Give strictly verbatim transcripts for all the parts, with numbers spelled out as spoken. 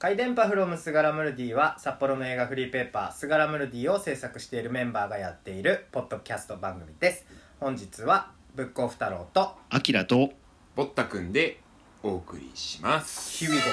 回電波フロムスガラムルディは札幌の映画フリーペーパースガラムルディを制作しているメンバーがやっているポッドキャスト番組です。本日はブックオフ太郎とアキラとボッタくんでお送りします。 Here we go。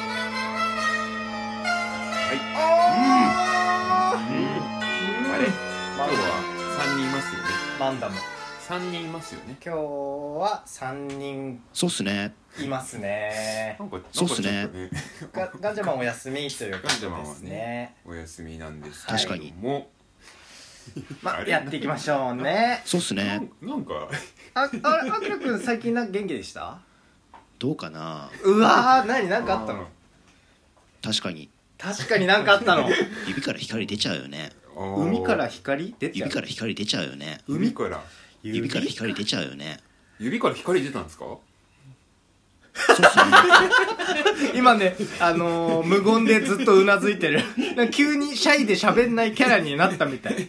はい、うん、うん、あれ、今日はさんにんいますよね。 マンダムさんにんいますよね。 今日はさんにんそうっすねいますね。 なんかそうっすね。 ガ, ガンジャマンお休みということですね。 お休みなんですけども、 確かにまあやっていきましょうね。 そうっすね。 な, なんかああれ、あきらくん最近なんか元気でした？ どうかな。 うわー、何なんかあったの？ 確かに確かになんかあったの。 指から光出ちゃうよね。 海から光出ちゃう。 指から光出ちゃうよね。 海から指から光出ちゃうよね。 指から光出たんですか？ そうっすね。 今ね、あのー、無言でずっとうなずいてる。なんか急にシャイで喋んないキャラになったみたい。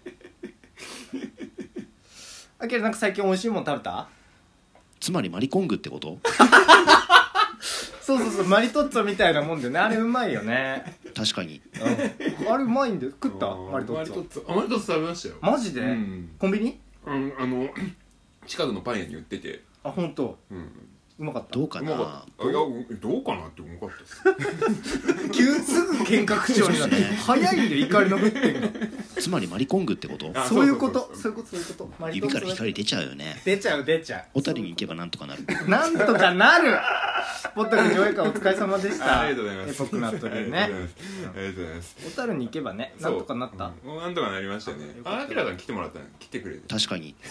あきらなんか最近美味しいもん食べた？ つまりマリコングってこと？ そうそうそう、マリトッツォみたいなもんでね。あれうまいよね。 確かに、 うん、あれうまいんだよ。食った？マリトッツォ。 マリトッツォ、マリトッツォ食べましたよ。 マジで、うん、コンビニ？ うん、あの近くのパン屋に売ってて。 あ、本当。 うん、 うまかった。 どうかな。 うまかった。いや、どうかなってうまかったです。 急すぐ喧嘩口調になって、ね、早いんで怒りの沸点が。 つまりマリコングってこと？ そういうことそういうことそういうこと。 指から光出ちゃうよね。 出ちゃう出ちゃう。 小樽に行けばなんとかなる。 なんとかなる。ポッタ君上映会お疲れ様でした。 ありがとうございます。 エポックナットでね。 ありがとうございます。 小樽に行けばね、なんとかなった。 うん、なんとかなりましたね。あ、あきらさん来てもらったの、来てくれて。 確かに。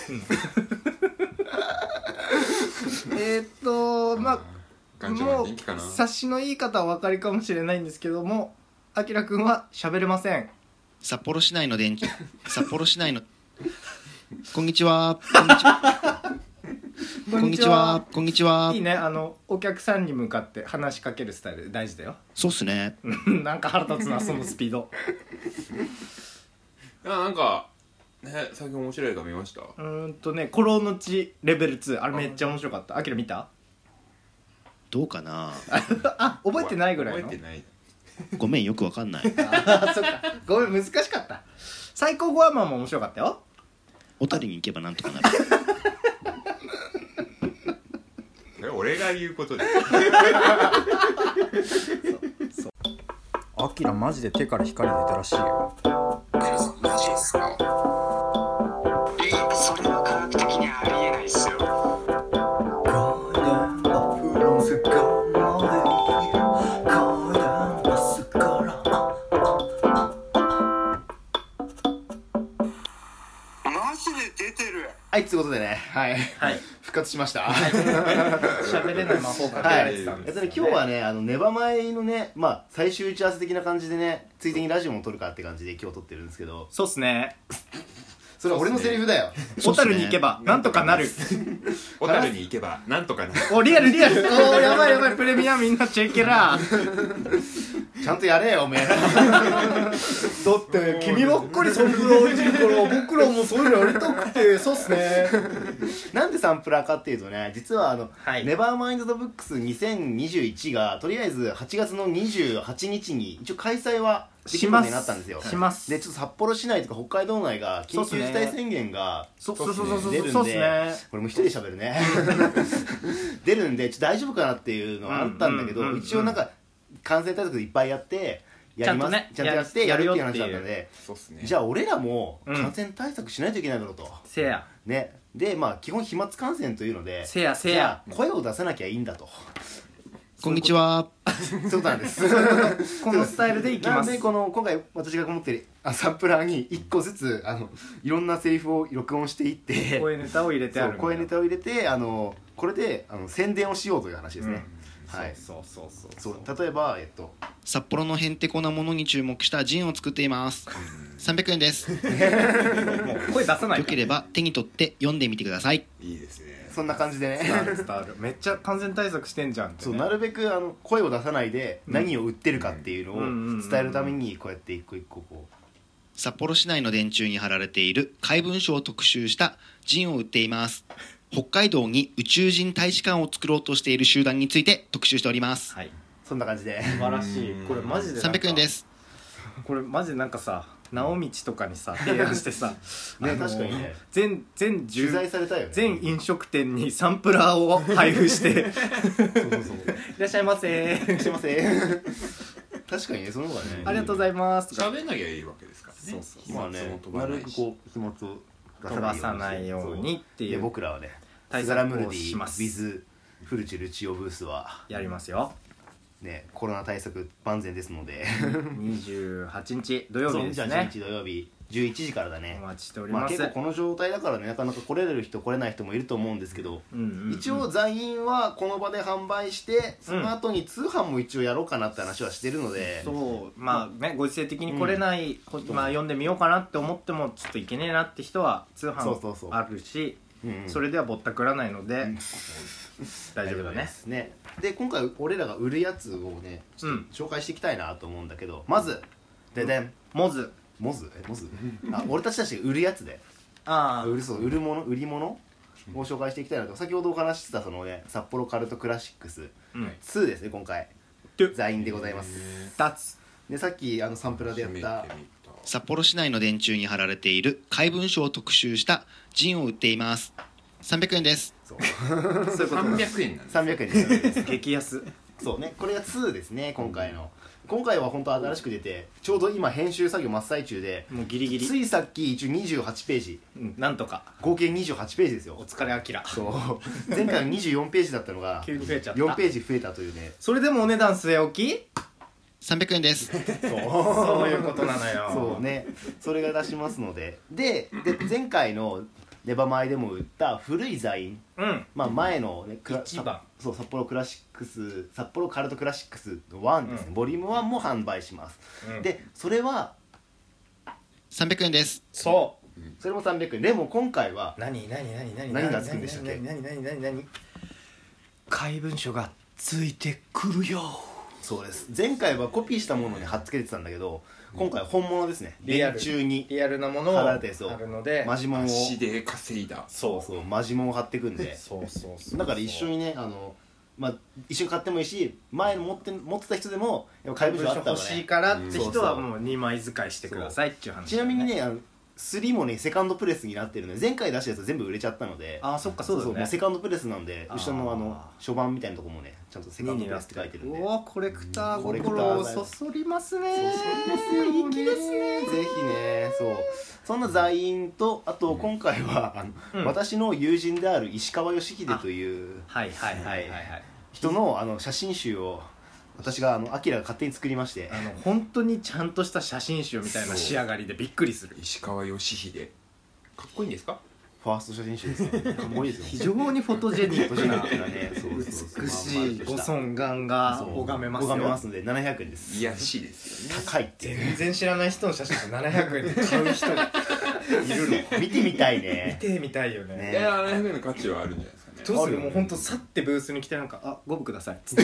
えっとまあ。もう察しのいい方はお分かりかもしれないんですけども、あきらくんは喋れません。 札幌市内の電気札幌市内のこんにちはこんにちはこんにちはこんにちは。いいね、あのお客さんに向かって話しかけるスタイル大事だよ。 そうっすね。 なんか腹立つなそのスピード。 いや、なんかね、最近面白い映画見ました？ うーんとね、コロのちレベルツー、あれめっちゃ面白かった。あきら見た？ どうかな。 あ、覚えてないぐらいの。 覚えてない。 ごめん、よくわかんない。 あ、そっか、ごめん、難しかった。最高ゴアマンも面白かったよ。 小樽に行けばなんとかなる。 俺が言うことで。 アキラマジで手から光出たらしいよ。 アキラさんマジですか？え、それは科学的にありえないっすよ。 はい、ということでね、はい、 はい、 復活しました。 喋れない魔法かけられてたんですよね。 はい、今日はね、あのネバ前のね、まあ最終打ち合わせ的な感じでね、ついでにラジオも撮るかって感じで今日撮ってるんですけど、 そうっすね。 それは俺のセリフだよ。 小樽に行けばなんとかなる。 小樽に行けばなんとかなる。 お、リアルリアル。おー、やばいやばい、プレミアみんなチェケラちゃんとやれよおめえ。だって君ばっかりサンプラー置いてるから僕らもそういうのやりたくて。そうっすね。 なんでサンプラーかっていうとね、実はあの、 はい、 ネバーマインド・ザ・ブックスにせんにじゅういちがとりあえずはちがつのにじゅうはちにちに一応開催はできることになったんですよ。 します。 でちょっと札幌市内とか北海道内が緊急事態宣言がそうそうそうそうそう出るんで、 ね、 これも一人で喋るね。出るんでちょっと大丈夫かなっていうのはあったんだけど、一応なんか感染対策でいっぱいやってやります、ちゃんとね、ちゃんとやってやるっていう話だったんで、 そうっすね、 じゃあ俺らも感染対策しないといけないだろうと、 せやね、でまあ基本飛沫感染というので、 せやせや声を出さなきゃいいんだと。 こんにちは。 そういうことなんです。 このスタイルでいきます。 なんでこの今回私が持ってるあサンプラーにいっこずつあのいろんなセリフを録音していって声ネタを入れてある。 声ネタを入れてあのこれであの宣伝をしようという話ですね。 うん、 はい。 そうそうそうそうそう。例えばえっと札幌のへんてこなものに注目したジンを作っています。さんびゃくえんです。 もう声出さない。 よければ手に取って読んでみてください。 いいですね。 そんな感じでね。 伝わる。めっちゃ感染対策してんじゃんって、ね。 そうなるべくあの声を出さないで何を売ってるかっていうのを伝えるためにこうやって一個一個こう。 札幌市内の電柱に貼られている怪文書を特集したジンを売っています。北海道に宇宙人大使館を作ろうとしている集団について特集しております。 はい。 そんな感じで素晴らしい。これマジでなんかさんびゃくえんです。 これマジでなんかさ直道とかにさ提案してさね、確かにね全全取材されたよね。 全飲食店にサンプラーを配布してそうそうそういらっしゃいませすいません確かにね、その方がねありがとうございますとか喋んなきゃいいわけですからね。 そうそうまあね、 飛ばなるべくないしこう飛沫を飛ばさないようにっていうで僕らはね対スガラムル策をディします with フルチルチオブースはやりますよね、コロナ対策万全ですのでにじゅうはちにち土曜日ですじゃあねじゅういちにち土曜日じゅういちじからだね。 お待ちしておりまあます、 結構この状態だからね、なかなか来れる人来れない人もいると思うんですけど、 うんうんうん、 一応在院はこの場で販売してその後に通販も一応やろうかなって話はしてるので、 そうまあねご時世的に来れない、うん、まあ読んでみようかなって思ってもちょっといけねえなって人は通そうそうそう販あるしうんうん、 それではぼったくらないので、うん、大丈夫だねですね。で今回俺らが売るやつをねちょっと紹介していきたいなと思うんだけど、まずででんモズモズえモズあ俺たちたちが売るやつであ売るそう売るもの売り物を紹介していきたいなと。先ほどお話ししてたそのね札幌カルトクラシックスうんツーですね今回在院でございます。 ダツでさっきあのサンプラーでやった札幌市内の電柱に貼られている怪文書を特集したジンを売っています。さんびゃくえんです。 そうそういうことさんびゃくえんなんです。 さんびゃくえんです激安そうねこれがツーですね今回の。今回は本当新しく出てちょうど今編集作業真っ最中でもうギリギリついさっき一応にじゅうはちページうんなんとか合計にじゅうはちページですよ。 お疲れあきらそう前回のにじゅうよんページだったのが急に増えちゃったよんページ増えたというね。 それでもお値段据え置きさんびゃくえんです。 そうそういうことなのよそうねそれが出しますのででで前回のネバマイでも売った古い在院、 うんまあ前の、ね、クラ一番そう札幌クラシックス札幌カルトクラシックスワンですね、 うんボリュームワンも販売します、 うんでそれはさんびゃくえんです。 そうそれもさんびゃくえんでも今回は何何何何何がつくんでしたっけ何何何何何怪文書がついてくるよそうです前回はコピーしたものに貼っつけてたんだけど今回は本物ですね。 リアル電柱にリアルなものを貼らあれたやつをるのでマジモンを足で稼いだ。 そうそうマジモンを貼っていくんでそうそうそうだから一緒にねあのまあ一緒に買ってもいいし前の持って持ってた人でもやっぱ怪文書あった方がね。 欲しいからって人はうんもうにまい使いしてくださいっていう話ちなみにねあのスリーもねセカンドプレスになってるので前回出したやつ全部売れちゃったのでああそっかそうだよねもうセカンドプレスなんであー後ろのあの初版みたいなとこもねちゃんとセカンドプレスって書いてるんでうおコレクターコレクター心をそそりますねそうそうですよ粋ですねぜひねそうそんな在院とあと今回はあの、 うん私の友人である石川義秀というはいはいはいはいはい人のあの写真集を私があのアキラが勝手に作りましてあの本当にちゃんとした写真集みたいな仕上がりでびっくりする石川義秀。かっこいいんですか？ ファースト写真集ですねかっこいいですよ非常にフォトジェニッフォトジェニクなックなねそうそうそう美しいご尊顔が拝めますよ拝めますのでななひゃくえんです癒やしですよね。 高いっていう全然知らない人の写真集ななひゃくえんで買う人がいるの見てみたい見ねてみたいよねねいや、ななひゃくえんの価値はあるんじゃないですかね。 どうするもうほんと去ってブースに来てなんか「あごぶください」つって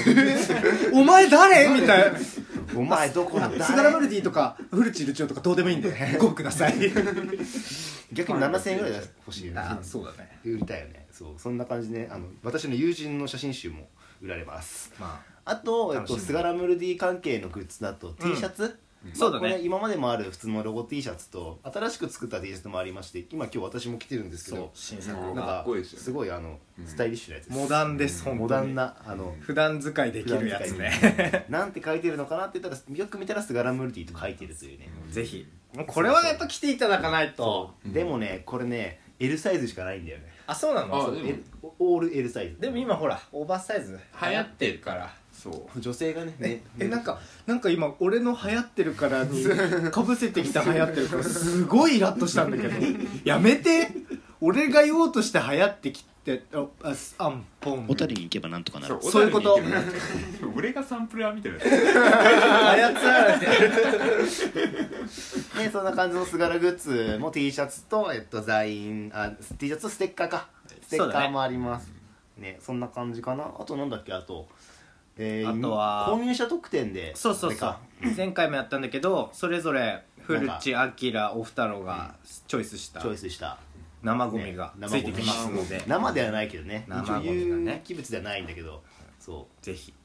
「お前誰?」みたいなお前どこのスガラムルディとかフルチルチオとかどうでもいいんでごぶください逆にななせんえんぐらいで欲しいよねあそうだね売りたいよねそうそんな感じでねあの私の友人の写真集も売られますまあと、えっと、 楽しみスガラムルディ関係のグッズだと T シャツ、 うんそうだねこれ今までもある普通のロゴ T シャツと新しく作った T シャツもありまして今今日私も着てるんですけそうど新作うんなんかかっこいいですよねすごいあのうんスタイリッシュなやつですモダンです本当にモダンなあの普段使いできるやつねなんて書いてるのかなって言ったらよく見たらスガラムルディと書いてるというねぜひもうこれはやっぱ来ていただかないとうんでもねこれね L サイズしかないんだよねあそうなのあそうでも L オール L サイズでも今ほらオーバーサイズ流行ってるから。そう。 女性がねええなんかなんか今俺の流行ってるからにかぶせてきた流行ってるからすごいイラッとしたんだけどやめて俺が言おうとして流行ってきてあああんぽん小谷に行けばなんとかなる。 そういうこと小谷に行けば俺がサンプラーみたいな。 操られてるね、そんな感じのスガラグッズも T シャツと、えっと、ザインあ T シャツとステッカーかステッカーもありますねそんな感じかなあとなんだっけあと、えー、 あとは購入者特典でそうそうそうあ前回もやったんだけどそれぞれ古地アキラおふたろがチョイスしたれかチョイスした生ゴミがねついてきますので、 生ではないけどね生ゴミがね一応有機物ではないんだけどそぜひ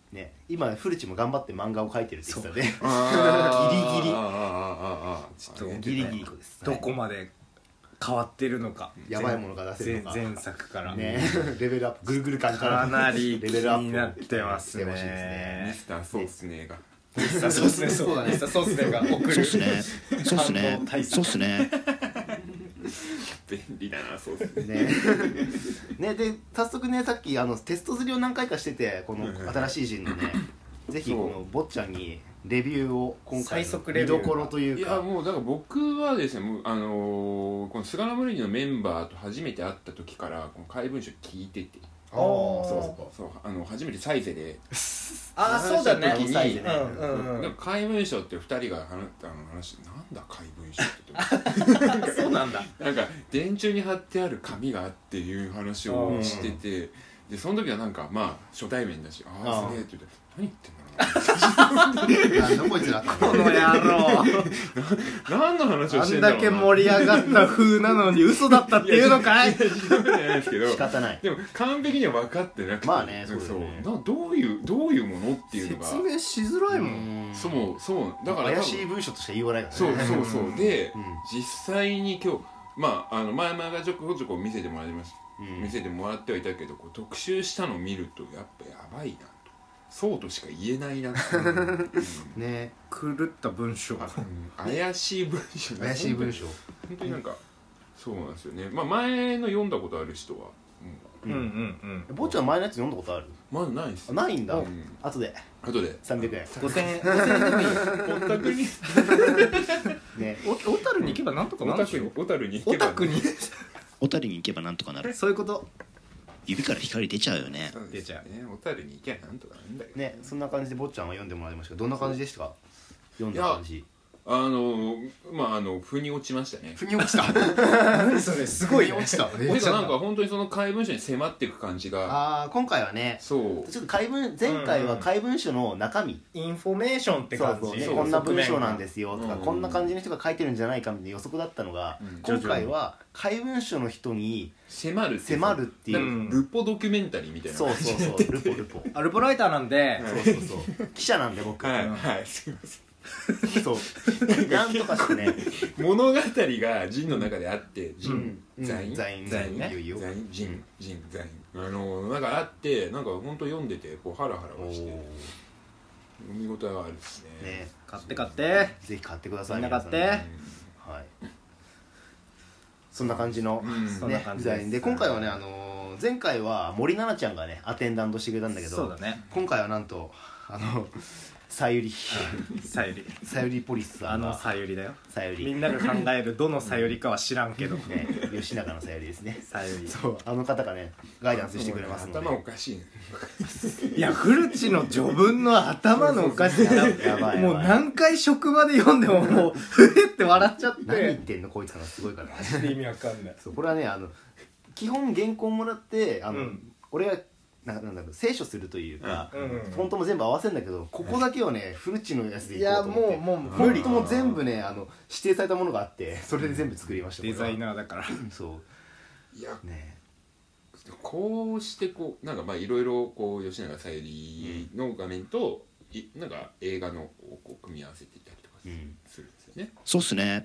ね、今古地も頑張って漫画を描いてるって言ってたであーギリギリあーあーあーあーちょっとあれギリギリ子です、 どこまで変わってるのか、 やばいものが出せるのか前前作からねレベルアップぐるぐる感からかなり気レベルアップになってますしてほしいですミねスターソースネーがそうですねそうだねそうですねが送るそうっすねそうっすね反応対策そうっすね便利だなソースねねで早速ねさっきあのテスト釣りを何回かしててこの新しい陣のねぜひこの坊ちゃんにレビューを今回最の速レビュー見どころといういやかもうだから僕はですねもうあのーこの菅原ムリのメンバーと初めて会った時からこの怪文書聞いててああそうそうそうあの初めてサイゼでああそうだね話した時にサイゼねうんうんなんか怪文書ってふたりが話あの話なんだ怪文書ってうんそうなんだなんか電柱に貼ってある紙がっていう話をしててでその時はなんかまあ初対面だしああああすげえって言って何言ってんだろうなんだこいつらってこの野郎な何の話をあしてんだろうなんだけ盛り上がった風なのに嘘だったっていうのかいいや違うじゃないですけど仕方ないでも完璧には分かってなくてまあねそうだそうよねなどういうどういうものっていうのが説明しづらいもんうんそうそうだから怪しい文章としか言いようがないからそうねそうそうで、 うん実際に今日まああの前々がちょこちょこ見せてもらいました、 うん見せてもらってはいたけどこう特集したのを見るとやっぱやばいなとそうとしか言えないなって、うんね狂った文章あうん怪しい文章怪しい文章本当になんかそうなんですよねまあ前の読んだことある人は、 うんうんうん坊ちゃん前のやつ読んだことあるうん、まだないですあないんだうん後で後でさんびゃくえんごせんえんごせんえんでもいいお宅にねお小樽に行けばなんとかなおるでしょ宅に小樽に行けばオタクに小樽に行けばなんとかなるそういうこと指から光出ちゃうよねそうです出ちゃうね小樽に行けばなんとかなんだよねそんな感じで坊ちゃんは読んでもらいましたけどどんな感じでしたか読んだ感じあのまああの腑に落ちましたね腑に落ちた何それすごいね腑に落ちたてかなんか本当にその怪文書に迫っていく感じがああ今回はねそうちょっと怪文前回は怪文書の中身インフォメーションって感じそうそうねこんな文章なんですよとかうんこんな感じの人が書いてるんじゃないかみたいな予測だったのがうん今回は怪文書の人に迫るっていう迫るっていううんルポドキュメンタリーみたいなそうそうそうルポルポアルポライターなんでそうそうそう記者なんで僕はいはいすいませんそうなんとかしてね物語が陣の中であって陣うん座員座員座員ねいいよいいよ座員陣陣座員あのなんかあってなんか本当読んでてこうハラハラはして読み応えがあるですねね買って買ってぜひ買ってくださいみんな買って皆さんねはいそんな感じのうんそんなね感じですデザインで今回はねあのー前回は森七菜ちゃんがねアテンダントしてくれたんだけどそうだね今回はなんとあのさゆりさゆりさゆりポリスさあのんがさゆりだよさゆりみんなが考えるどのさゆりかは知らんけどね吉永のさゆりですねさゆりそうあの方がねガイダンスしてくれますので頭おかしいねいや古地の序文の頭のおかしさやばいやばいもう何回職場で読んでももうふえって笑っちゃっ何言っててんのこいつかなすごいからマジで意味わかんないそうこれはねあの基本原稿もらってあの、 うん俺がななんだろう聖書するというか、 うんうんフォントも全部合わせるんだけどここだけはねフルチのやつでいこういやと思ってもうもうフォントも全部ねあの指定されたものがあってそれで全部作りましたデザイナナーだからーそいやうねこうしてこうなんかまあいろいろこう吉永小百合の画面といなんか映画のをこう組み合わせていたりとかうんするんですよねそうっすね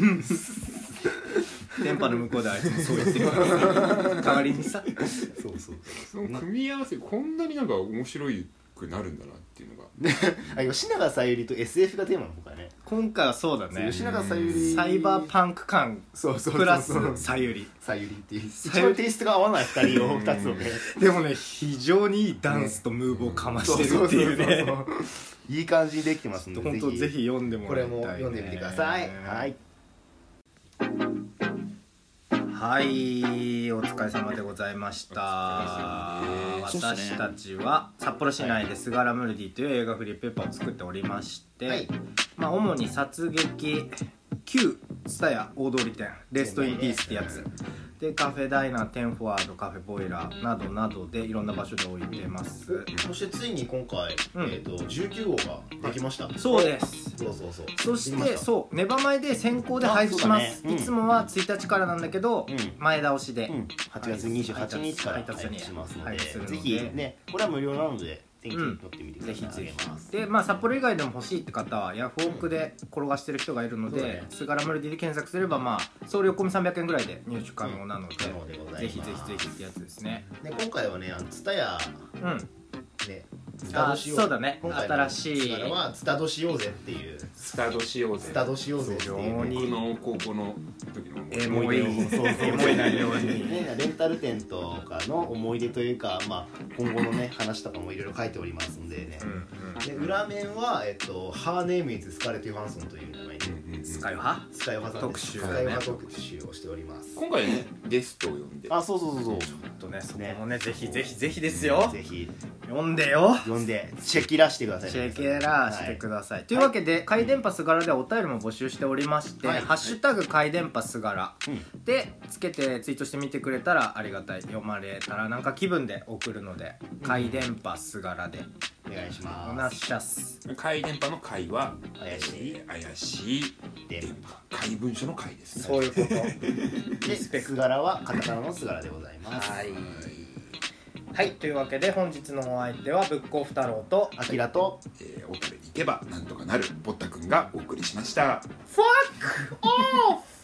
電波の向こうであいつもそう言ってるから代わりにさそうそうその組み合わせこんなになんか面白くなるんだなっていうのがあ吉永小百合と エスエフ がテーマの僕はね今回はそうだね吉永小百合サイバーパンク感そうそうそうプラスさゆりさゆりっていうさゆり一番テイストが合わないふたりをふたつをねでもね非常にいいダンスとムーブをかましてるっていうねそうそうそうそういい感じにできてますんで本当ぜひ読んでもこれらいたい、ね、 も読んでみてくださいはいはいお疲れ様でございましたお疲れ様です私たちは札幌市内でスガラムルディという映画フリーペーパーを作っておりまして、 はいまあ、主に殺撃旧蔦屋大通店レストインピースってやつでカフェダイナーテンフォワードカフェボイラーなどなどでいろんな場所で置いてますそしてついに今回、 うんえー、とじゅうきゅうごうができました、 そうですそうそうそうそしてできましたそうネバマイで先行で配布します、 あそうだねうんいつもはついたちからなんだけど、 うん前倒しで、 うん、はちがつにじゅうはちにちから配達に配布しますので配布するのでぜひねこれは無料なので天気に乗ってみてください、 ぜひぜひあげますで、まあ、札幌以外でも欲しいって方はヤフオクで転がしてる人がいるので、 そうだねスガラムルディで検索すれば、まあ、送料込みさんびゃくえんぐらいで入手可能なので、 可能でございますぜひぜひぜひってやつですね。 で今回はねあのツタヤうんであそうだね今回の新しいツタヤはツタドしようぜっていうスタートしようぜツタドしようぜっていう非常に僕の高校の時のエモいそうそうエモい内容にね、レンタル店とかの思い出というか、まあ、今後のね話とかもいろいろ書いておりますんでね、で裏面は、えっと、ハーネームイズスカーレット・ヨハンソンという名前でスカイハスカイヨハさん特集スカイヨハ特集をしております今回ねゲストを呼んであそうそうそうそうとねそこもねぜひぜひぜひですよぜひ読んでよ読んでチェキラしてくださいチェケラーしてください、というわけで回電波すがらではお便りも募集しておりまして、 はいハッシュタグ回電波すがらうんでつけてツイートしてみてくれたらありがたい、読まれたらなんか気分で送るので回電波すがらでお願いしおなっますしゃっす。 怪電波の怪は怪しいえー怪しい電電波怪文書の怪ですねそういうことでスガラはカタカナのスガラでございますはいはいというわけで本日のお相手はぶっこう太郎とアキラとえー小樽に行けばなんとかなるぼったくんがお送りしましたファックオフ